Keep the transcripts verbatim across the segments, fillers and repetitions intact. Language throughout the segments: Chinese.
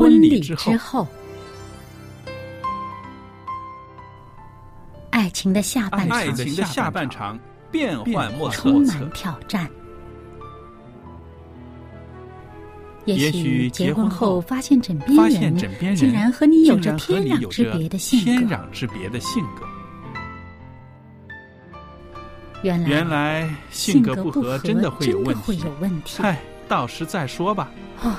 婚礼之后。爱情的下半场， 爱情的下半场变幻莫测， 充满挑战。也许结婚后发现枕边人竟然和你有着天壤之别的性格。 天壤之别的性格。 原来原来性格不合真的会有问题。 嗨， 到时再说吧。 哦，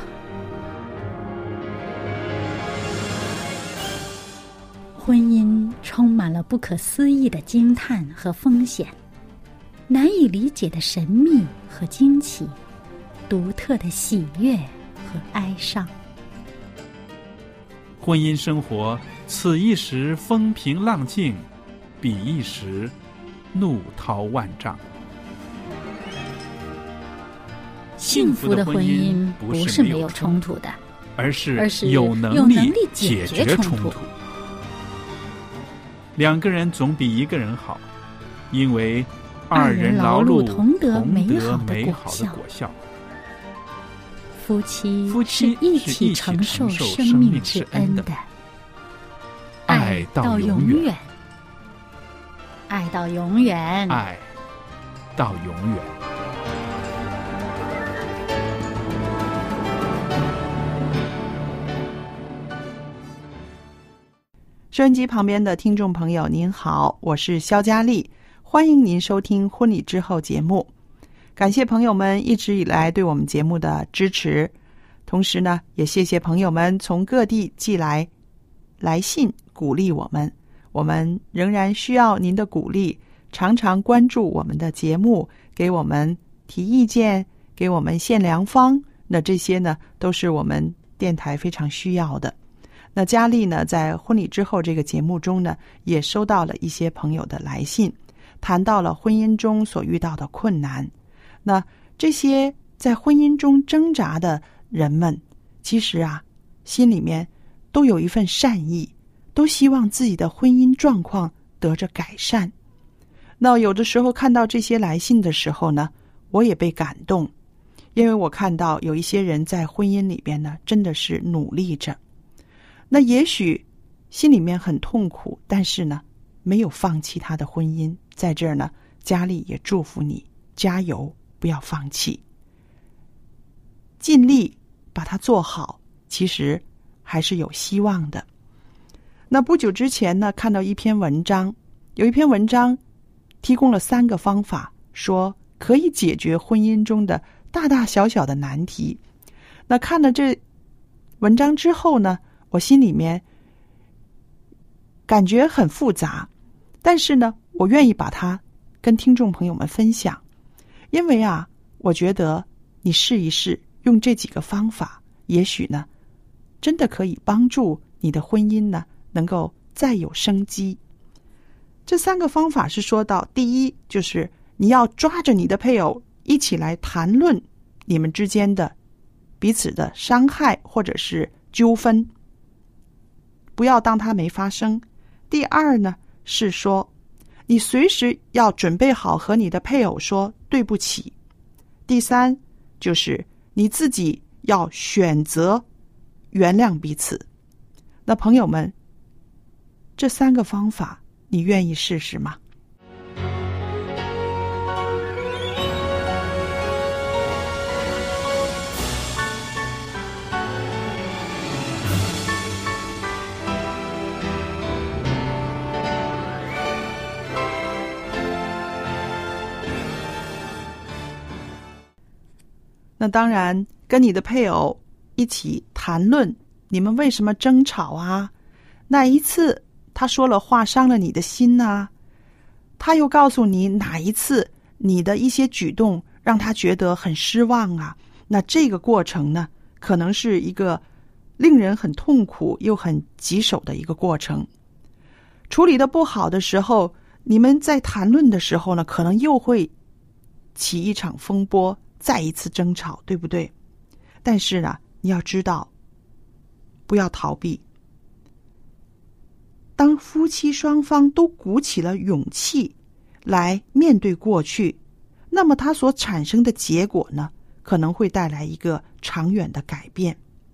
婚姻充满了不可思议的惊叹和风险，难以理解的神秘和惊奇，独特的喜悦和哀伤。 婚姻生活，此一时风平浪静，彼一时怒涛万丈。 幸福的婚姻不是没有冲突的， 而是而是有能力解决冲突。两个人总比一个人好，因为二人劳碌同得美好的果效。 夫妻夫妻是一起承受生命之恩的， 爱到永远， 爱到永远， 爱到永远。 收音机旁边的听众朋友您好，我是肖佳丽，欢迎您收听婚礼之后节目。感谢朋友们一直以来对我们节目的支持，同时呢也谢谢朋友们从各地寄来来信鼓励我们，我们仍然需要您的鼓励，常常关注我们的节目，给我们提意见，给我们献良方，那这些呢都是我们电台非常需要的。那佳丽呢在婚礼之后这个节目中呢也收到了一些朋友的来信，谈到了婚姻中所遇到的困难。那这些在婚姻中挣扎的人们，其实啊心里面都有一份善意，都希望自己的婚姻状况得着改善。那有的时候看到这些来信的时候呢，我也被感动，因为我看到有一些人在婚姻里边呢真的是努力着，那也许心里面很痛苦，但是呢没有放弃他的婚姻。在这儿呢佳丽也祝福你加油，不要放弃，尽力把它做好，其实还是有希望的。那不久之前呢看到一篇文章，有一篇文章提供了三个方法，说可以解决婚姻中的大大小小的难题。那看了这文章之后呢，我心里面感觉很复杂，但是呢我愿意把它跟听众朋友们分享，因为啊我觉得你试一试用这几个方法，也许呢真的可以帮助你的婚姻呢能够再有生机。这三个方法是说到，第一就是你要抓着你的配偶一起来谈论你们之间的彼此的伤害或者是纠纷，不要当它没发生。第二呢是说你随时要准备好和你的配偶说对不起。第三就是你自己要选择原谅彼此。那朋友们，这三个方法你愿意试试吗？那当然跟你的配偶一起谈论你们为什么争吵啊，哪一次他说了话伤了你的心啊，他又告诉你哪一次你的一些举动让他觉得很失望啊，那这个过程呢可能是一个令人很痛苦又很棘手的一个过程。处理的不好的时候，你们在谈论的时候呢可能又会起一场风波，再一次争吵，对不对？但是呢你要知道，不要逃避。当夫妻双方都鼓起了勇气来面对过去，那么它所产生的结果呢可能会带来一个长远的改变。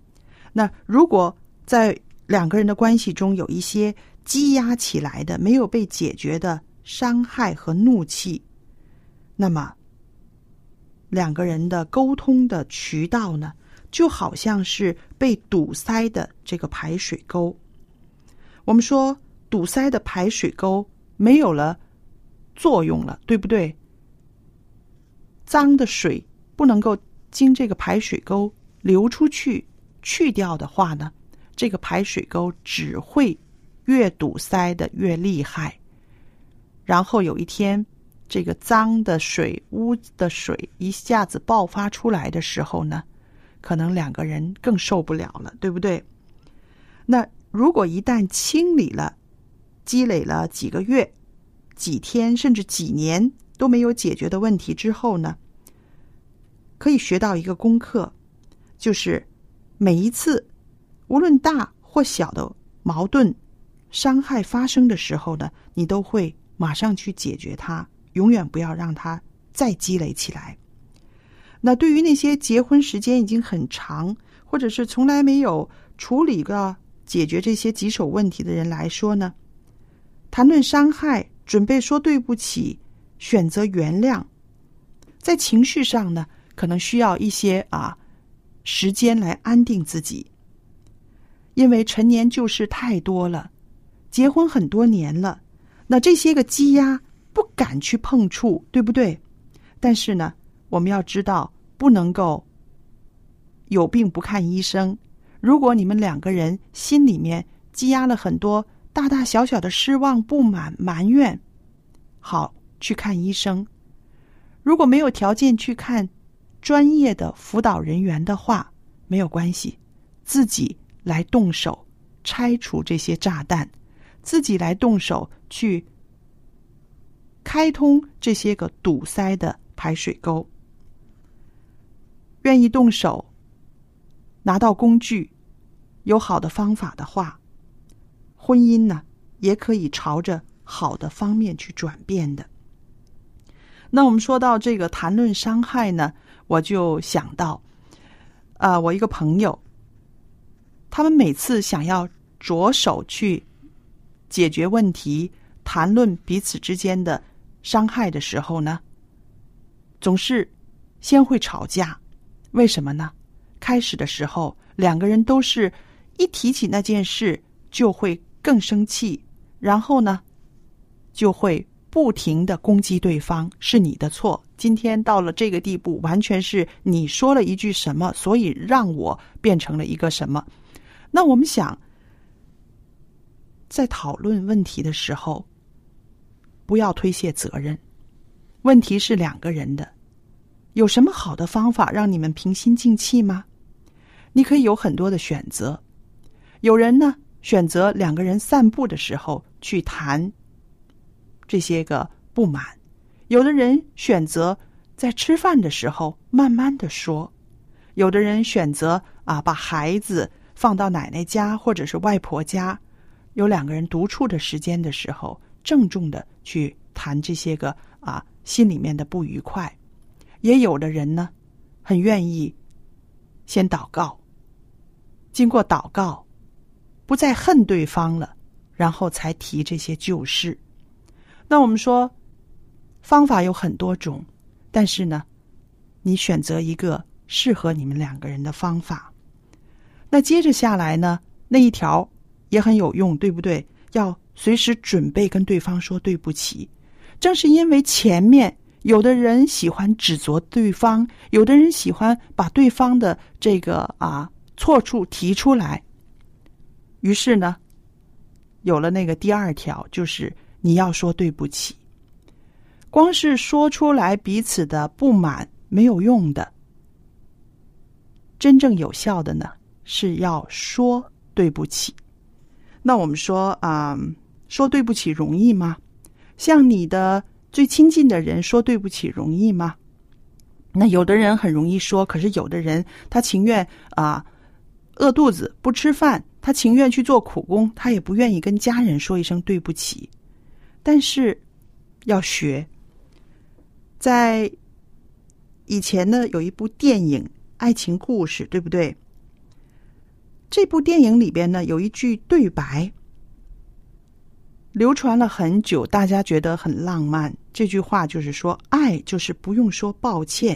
那如果在两个人的关系中有一些积压起来的没有被解决的伤害和怒气，那么两个人的沟通的渠道呢，就好像是被堵塞的这个排水沟。我们说堵塞的排水沟没有了作用了，对不对？脏的水不能够经这个排水沟流出去去掉的话呢，这个排水沟只会越堵塞的越厉害，然后有一天这个脏的水污的水一下子爆发出来的时候呢，可能两个人更受不了了，对不对？那如果一旦清理了积累了几个月几天甚至几年都没有解决的问题之后呢，可以学到一个功课，就是每一次无论大或小的矛盾伤害发生的时候呢，你都会马上去解决它，永远不要让它再积累起来。那对于那些结婚时间已经很长，或者是从来没有处理过解决这些棘手问题的人来说呢，谈论伤害，准备说对不起，选择原谅，在情绪上呢，可能需要一些啊时间来安定自己。因为陈年旧事太多了，结婚很多年了，那这些个积压不敢去碰触，对不对？但是呢，我们要知道不能够有病不看医生。如果你们两个人心里面积压了很多大大小小的失望、不满、埋怨，好，去看医生。如果没有条件去看专业的辅导人员的话，没有关系，自己来动手拆除这些炸弹，自己来动手去开通这些个堵塞的排水沟。愿意动手拿到工具，有好的方法的话，婚姻呢也可以朝着好的方面去转变的。那我们说到这个谈论伤害呢，我就想到啊、呃，我一个朋友，他们每次想要着手去解决问题，谈论彼此之间的伤害的时候呢，总是先会吵架。为什么呢？开始的时候两个人都是一提起那件事就会更生气，然后呢就会不停地攻击对方，是你的错，今天到了这个地步完全是你说了一句什么，所以让我变成了一个什么。那我们想在讨论问题的时候不要推卸责任，问题是两个人的，有什么好的方法让你们平心静气吗？你可以有很多的选择。有人呢选择两个人散步的时候去谈这些个不满，有的人选择在吃饭的时候慢慢的说，有的人选择啊把孩子放到奶奶家或者是外婆家，有两个人独处的时间的时候郑重的去谈这些个啊心里面的不愉快。也有的人呢很愿意先祷告，经过祷告不再恨对方了，然后才提这些旧事。那我们说方法有很多种，但是呢你选择一个适合你们两个人的方法。那接着下来呢，那一条也很有用，对不对？要随时准备跟对方说对不起。正是因为前面有的人喜欢指责对方，有的人喜欢把对方的这个啊错处提出来，于是呢有了那个第二条，就是你要说对不起。光是说出来彼此的不满没有用的，真正有效的呢是要说对不起。那我们说啊、嗯，说对不起容易吗？像你的最亲近的人说对不起容易吗？那有的人很容易说，可是有的人他情愿啊、呃、饿肚子不吃饭，他情愿去做苦工，他也不愿意跟家人说一声对不起。但是要学，在以前呢有一部电影爱情故事，对不对？ 这部电影里边呢，有一句对白流传了很久，大家觉得很浪漫。这句话就是说，爱就是不用说抱歉。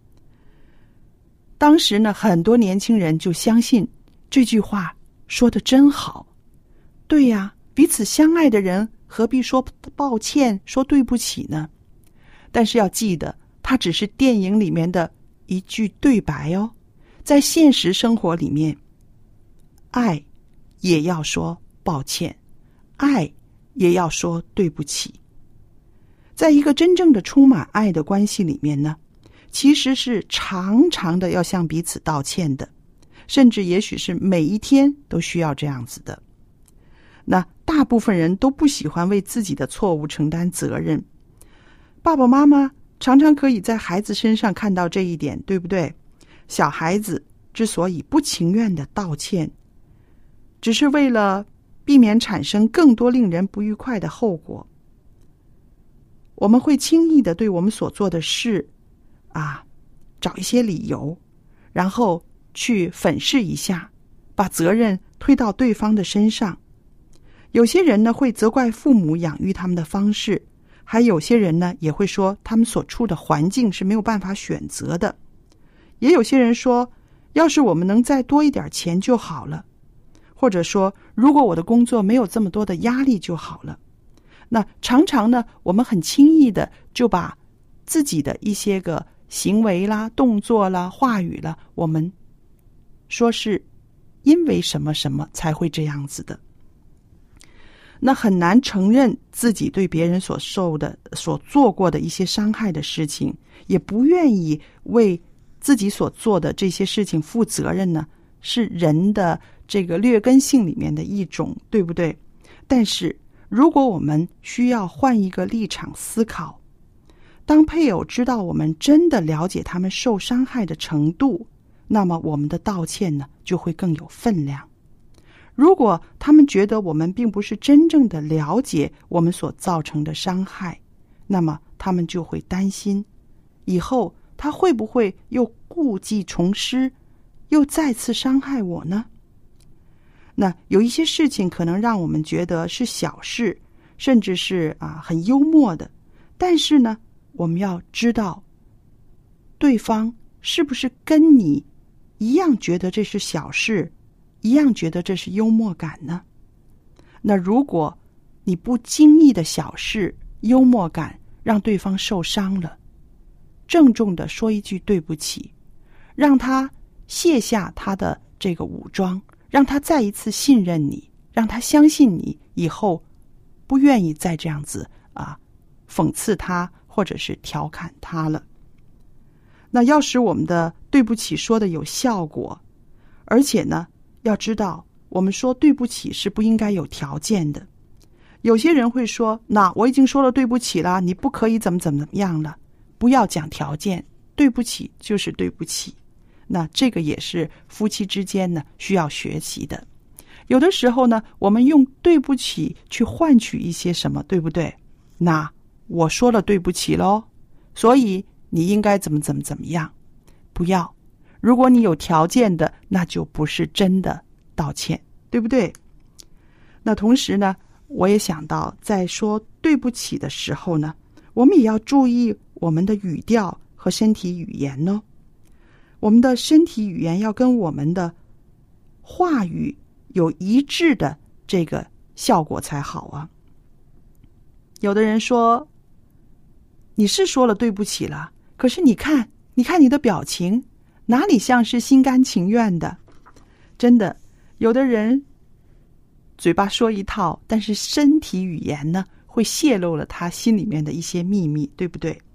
当时呢，很多年轻人就相信这句话说得真好。对呀，彼此相爱的人何必说抱歉、说对不起呢？但是要记得，它只是电影里面的一句对白哦。在现实生活里面，爱也要说抱歉，爱也要说对不起。在一个真正的充满爱的关系里面呢，其实是常常的要向彼此道歉的，甚至也许是每一天都需要这样子的。那大部分人都不喜欢为自己的错误承担责任，爸爸妈妈常常可以在孩子身上看到这一点，对不对？小孩子之所以不情愿的道歉，只是为了避免产生更多令人不愉快的后果。我们会轻易的对我们所做的事啊找一些理由，然后去粉饰一下，把责任推到对方的身上。有些人呢会责怪父母养育他们的方式，还有些人呢也会说他们所处的环境是没有办法选择的。也有些人说，要是我们能再多一点钱就好了，或者说如果我的工作没有这么多的压力就好了。那常常呢，我们很轻易的就把自己的一些个行为啦、动作啦、话语啦，我们说是因为什么什么才会这样子的。那很难承认自己对别人所受的、所做过的一些伤害的事情，也不愿意为自己所做的这些事情负责任呢，是人的这个劣根性里面的一种，对不对？但是如果我们需要换一个立场思考，当配偶知道我们真的了解他们受伤害的程度，那么我们的道歉呢就会更有分量。如果他们觉得我们并不是真正的了解我们所造成的伤害，那么他们就会担心以后他会不会又故技重施，又再次伤害我呢？那有一些事情可能让我们觉得是小事，甚至是啊很幽默的，但是呢，我们要知道对方是不是跟你一样觉得这是小事，一样觉得这是幽默感呢？那如果你不经意的小事、幽默感让对方受伤了，郑重的说一句对不起，让他卸下他的这个武装，让他再一次信任你，让他相信你以后不愿意再这样子啊讽刺他或者是调侃他了。那要使我们的对不起说的有效果，而且呢要知道我们说对不起是不应该有条件的。有些人会说，那我已经说了对不起了，你不可以怎么怎么样了，不要讲条件，对不起就是对不起。那这个也是夫妻之间呢需要学习的。有的时候呢，我们用对不起去换取一些什么，对不对？那我说了对不起咯，所以你应该怎么怎么怎么样。不要，如果你有条件的，那就不是真的道歉，对不对？那同时呢，我也想到在说对不起的时候呢，我们也要注意我们的语调和身体语言呢。我们的身体语言要跟我们的话语有一致的这个效果才好啊。有的人说，你是说了对不起了，可是你看你看你的表情，哪里像是心甘情愿的？真的，有的人嘴巴说一套，但是身体语言呢会泄露了他心里面的一些秘密，对不对？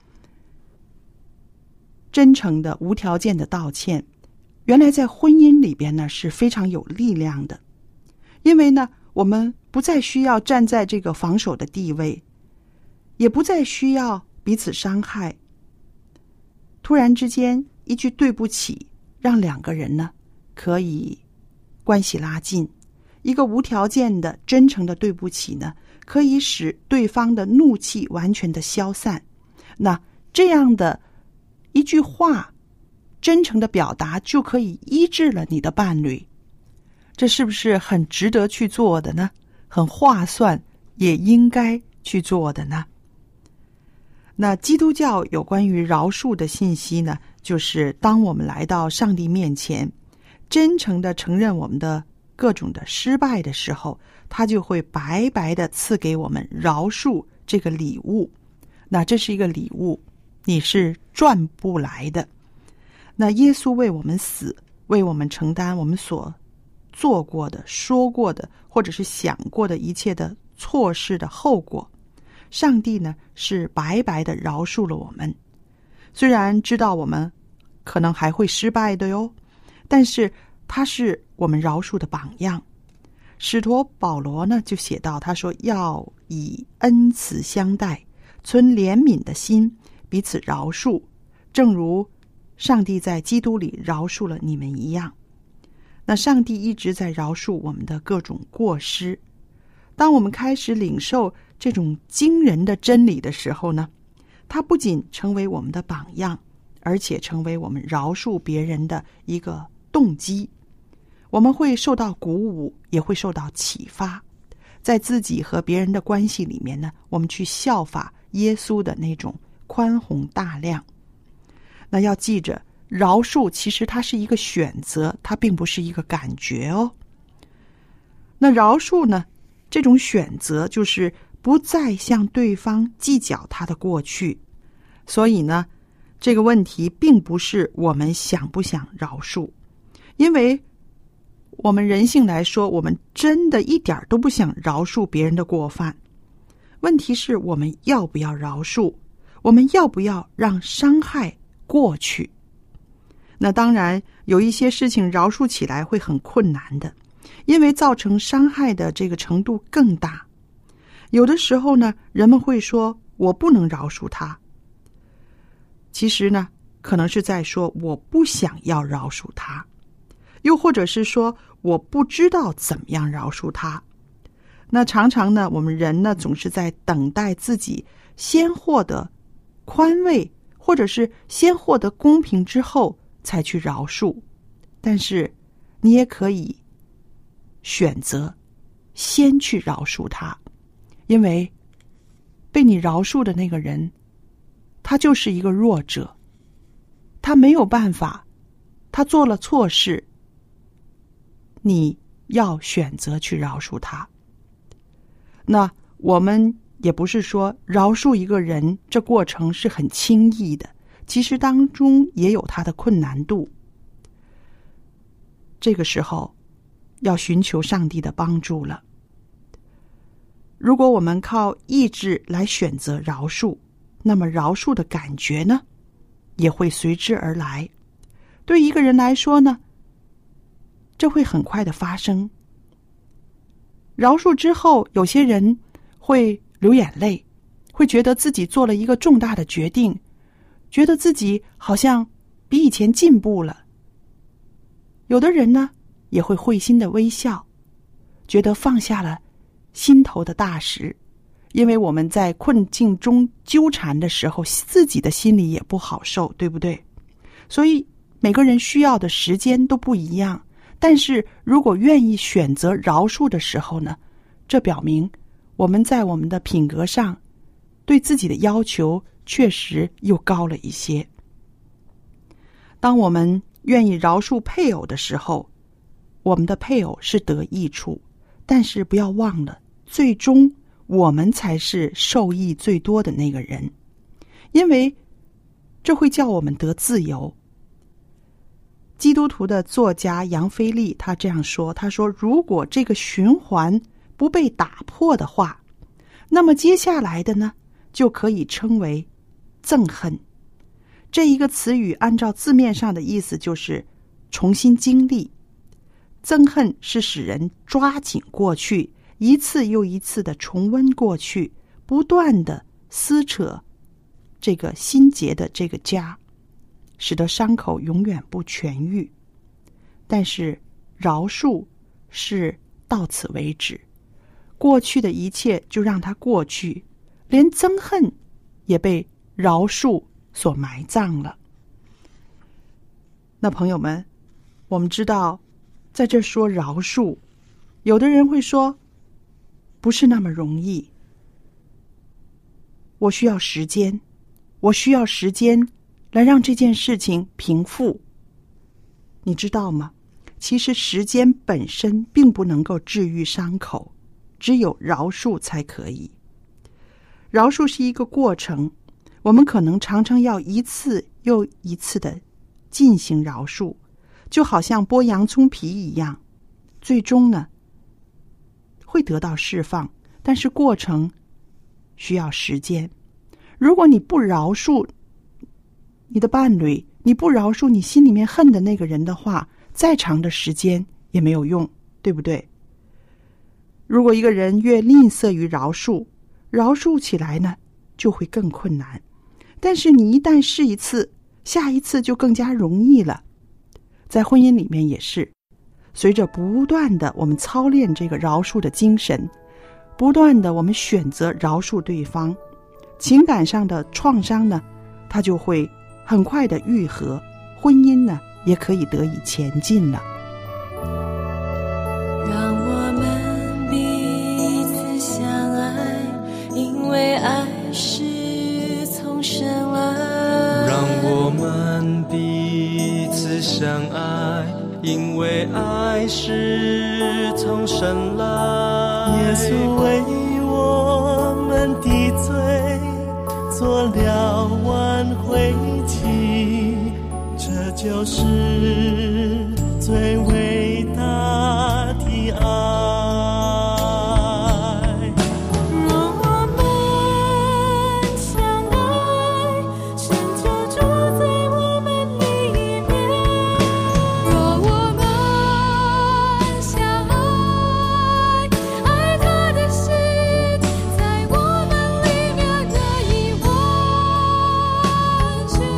真诚的无条件的道歉，原来在婚姻里边呢是非常有力量的。因为呢我们不再需要站在这个防守的地位，也不再需要彼此伤害。突然之间一句对不起，让两个人呢可以关系拉近。一个无条件的真诚的对不起呢，可以使对方的怒气完全的消散。那这样的一句话，真诚的表达就可以医治了你的伴侣， 这是不是很值得去做的呢？很划算，也应该去做的呢？那基督教有关于饶恕的信息呢，就是当我们来到上帝面前，真诚地承认我们的各种的失败的时候，他就会白白地赐给我们饶恕这个礼物。那这是一个礼物，你是赚不来的。那耶稣为我们死，为我们承担我们所做过的、说过的，或者是想过的一切的错事的后果，上帝呢是白白的饶恕了我们。虽然知道我们可能还会失败的哟，但是他是我们饶恕的榜样。使徒保罗呢就写道，他说要以恩慈相待，存怜悯的心，彼此饶恕，正如上帝在基督里饶恕了你们一样。那上帝一直在饶恕我们的各种过失。当我们开始领受这种惊人的真理的时候呢，它不仅成为我们的榜样，而且成为我们饶恕别人的一个动机。我们会受到鼓舞，也会受到启发，在自己和别人的关系里面呢，我们去效法耶稣的那种宽宏大量。那要记着，饶恕其实它是一个选择，它并不是一个感觉哦。那饶恕呢，这种选择就是不再向对方计较他的过去。所以呢，这个问题并不是我们想不想饶恕，因为我们人性来说，我们真的一点都不想饶恕别人的过犯。问题是我们要不要饶恕，我们要不要让伤害过去。那当然有一些事情饶恕起来会很困难的，因为造成伤害的这个程度更大。有的时候呢，人们会说我不能饶恕他，其实呢可能是在说我不想要饶恕他，又或者是说我不知道怎么样饶恕他。那常常呢，我们人呢总是在等待自己先获得宽慰，或者是先获得公平之后才去饶恕。但是你也可以选择先去饶恕他，因为被你饶恕的那个人，他就是一个弱者，他没有办法，他做了错事，你要选择去饶恕他。那我们也不是说饶恕一个人这过程是很轻易的，其实当中也有它的困难度。这个时候要寻求上帝的帮助了。如果我们靠意志来选择饶恕，那么饶恕的感觉呢，也会随之而来。对一个人来说呢，这会很快的发生。饶恕之后，有些人会流眼泪，会觉得自己做了一个重大的决定，觉得自己好像比以前进步了。有的人呢，也会会心的微笑，觉得放下了心头的大石。因为我们在困境中纠缠的时候，自己的心里也不好受，对不对？所以每个人需要的时间都不一样。但是如果愿意选择饶恕的时候呢，这表明我们在我们的品格上对自己的要求确实又高了一些。当我们愿意饶恕配偶的时候，我们的配偶是得益处，但是不要忘了，最终我们才是受益最多的那个人，因为这会叫我们得自由。基督徒的作家杨菲利他这样说，他说如果这个循环不被打破的话，那么接下来的呢，就可以称为憎恨。这一个词语按照字面上的意思就是重新经历。憎恨是使人抓紧过去，一次又一次的重温过去，不断的撕扯这个心结的这个痂，使得伤口永远不痊愈。但是饶恕是到此为止，过去的一切就让它过去，连憎恨也被饶恕所埋葬了。那朋友们，我们知道在这说饶恕，有的人会说不是那么容易，我需要时间，我需要时间来让这件事情平复。你知道吗？其实时间本身并不能够治愈伤口，只有饶恕才可以。饶恕是一个过程，我们可能常常要一次又一次的进行饶恕，就好像剥洋葱皮一样，最终呢会得到释放，但是过程需要时间。如果你不饶恕你的伴侣，你不饶恕你心里面恨的那个人的话，再长的时间也没有用，对不对？如果一个人越吝啬于饶恕，饶恕起来呢就会更困难。但是你一旦试一次，下一次就更加容易了。在婚姻里面也是，随着不断的我们操练这个饶恕的精神，不断的我们选择饶恕对方，情感上的创伤呢它就会很快的愈合，婚姻呢也可以得以前进了。 让我们彼此相爱，因为爱是从神来。 让我们彼此相爱，因为爱是从神来。 耶稣为我们的罪做了挽回祭，这就是最伟大的爱。 若我们相爱，神就住在我们里面。若我们相爱，爱他的心在我们里面得以完全。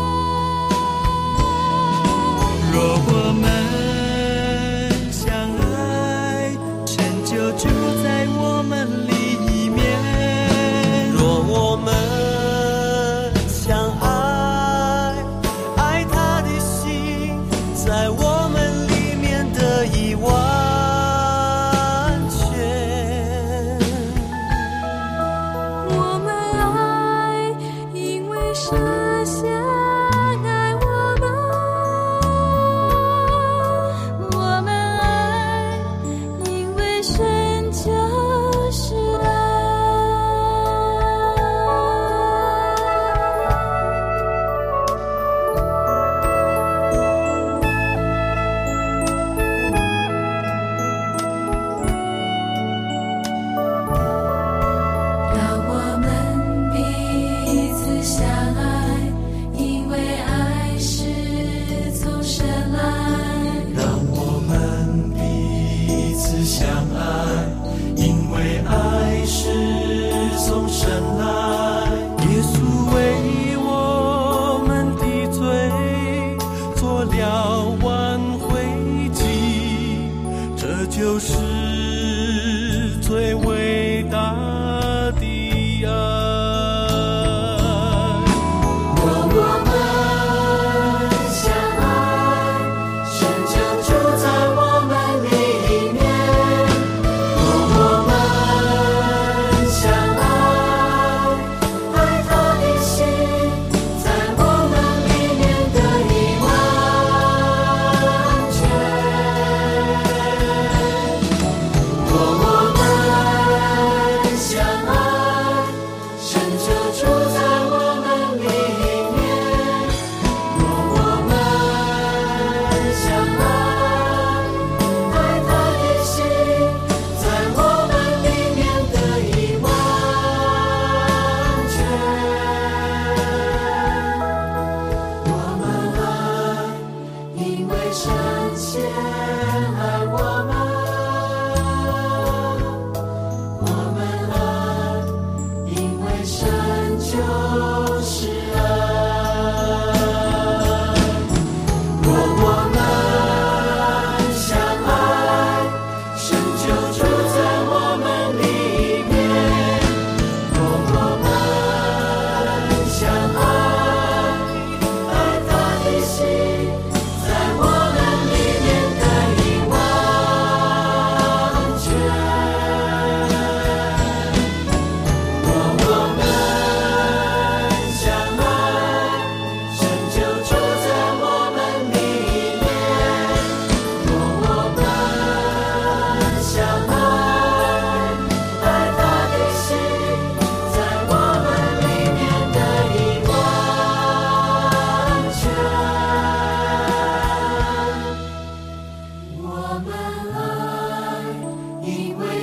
若我们相爱，神就住在我们里面。若我们相爱，爱他的心在我们里面得以完全。 我们爱，因为神先爱我们。我们爱，因为神就是爱。让我们彼此相爱，因为爱是从神来。 让我们彼此相爱，因为爱是从神来。耶稣为我们的罪做了挽回祭，这就是最伟大的爱。若我们相爱，神就住在我们里面。若我们相爱，爱他的心在我们里面得以完全。若我们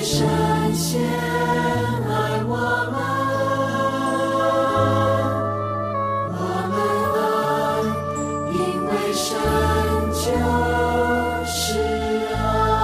神先爱我们，我们爱，因为神就是爱。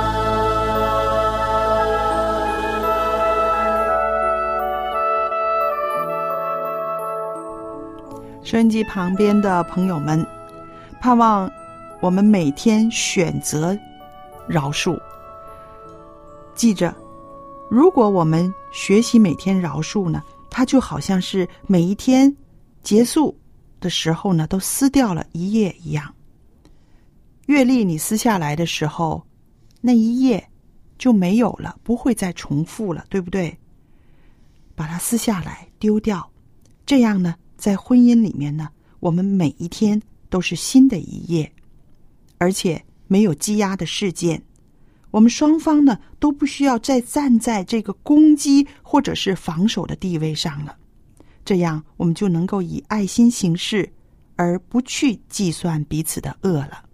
收音机旁边的朋友们，盼望我们每天选择饶恕。记着，如果我们学习每天饶恕呢，它就好像是每一天结束的时候呢，都撕掉了一页一样。月历你撕下来的时候，那一页就没有了，不会再重复了，对不对？把它撕下来丢掉，这样呢，在婚姻里面呢，我们每一天都是新的一页，而且没有积压的事件。我们双方呢，都不需要再站在这个攻击或者是防守的地位上了。这样我们就能够以爱心行事，而不去计算彼此的恶了。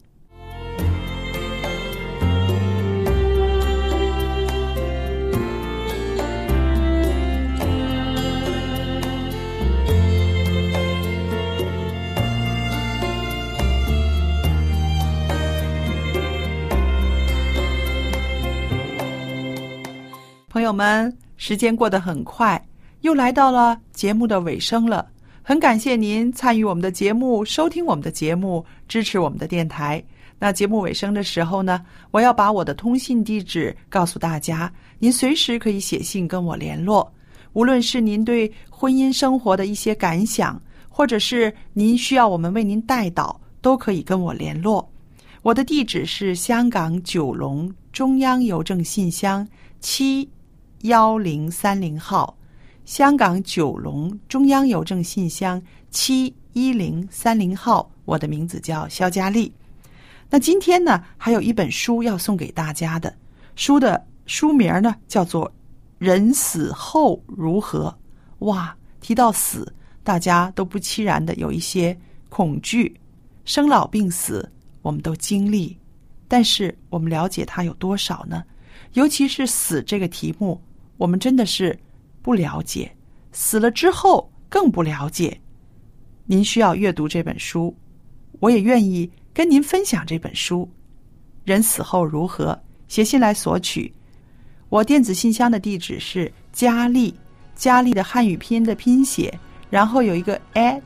朋友们，时间过得很快，又来到了节目的尾声了。很感谢您参与我们的节目，收听我们的节目，支持我们的电台。那节目尾声的时候呢，我要把我的通信地址告诉大家，您随时可以写信跟我联络。无论是您对婚姻生活的一些感想，或者是您需要我们为您代祷，都可以跟我联络。我的地址是香港九龙中央邮政信箱七幺零三零号，香港九龙中央邮政信箱七一零三零号。我的名字叫肖佳丽。那今天呢，还有一本书要送给大家的，书的书名呢叫做《人死后如何》。哇，提到死，大家都不期然的有一些恐惧。生老病死我们都经历，但是我们了解它有多少呢？尤其是死这个题目，我们真的是不了解，死了之后更不了解。您需要阅读这本书，我也愿意跟您分享这本书。人死后如何？写信来索取。我电子信箱的地址是佳丽，佳丽的汉语拼音的拼写，然后有一个 at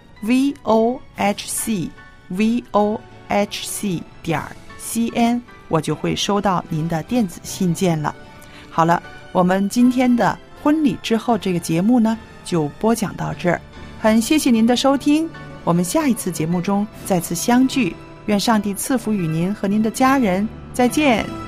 vohc vohc 点 cn， 我就会收到您的电子信件了。好了，我们今天的婚礼之后这个节目呢，就播讲到这儿。很谢谢您的收听，我们下一次节目中再次相聚，愿上帝赐福与您和您的家人，再见。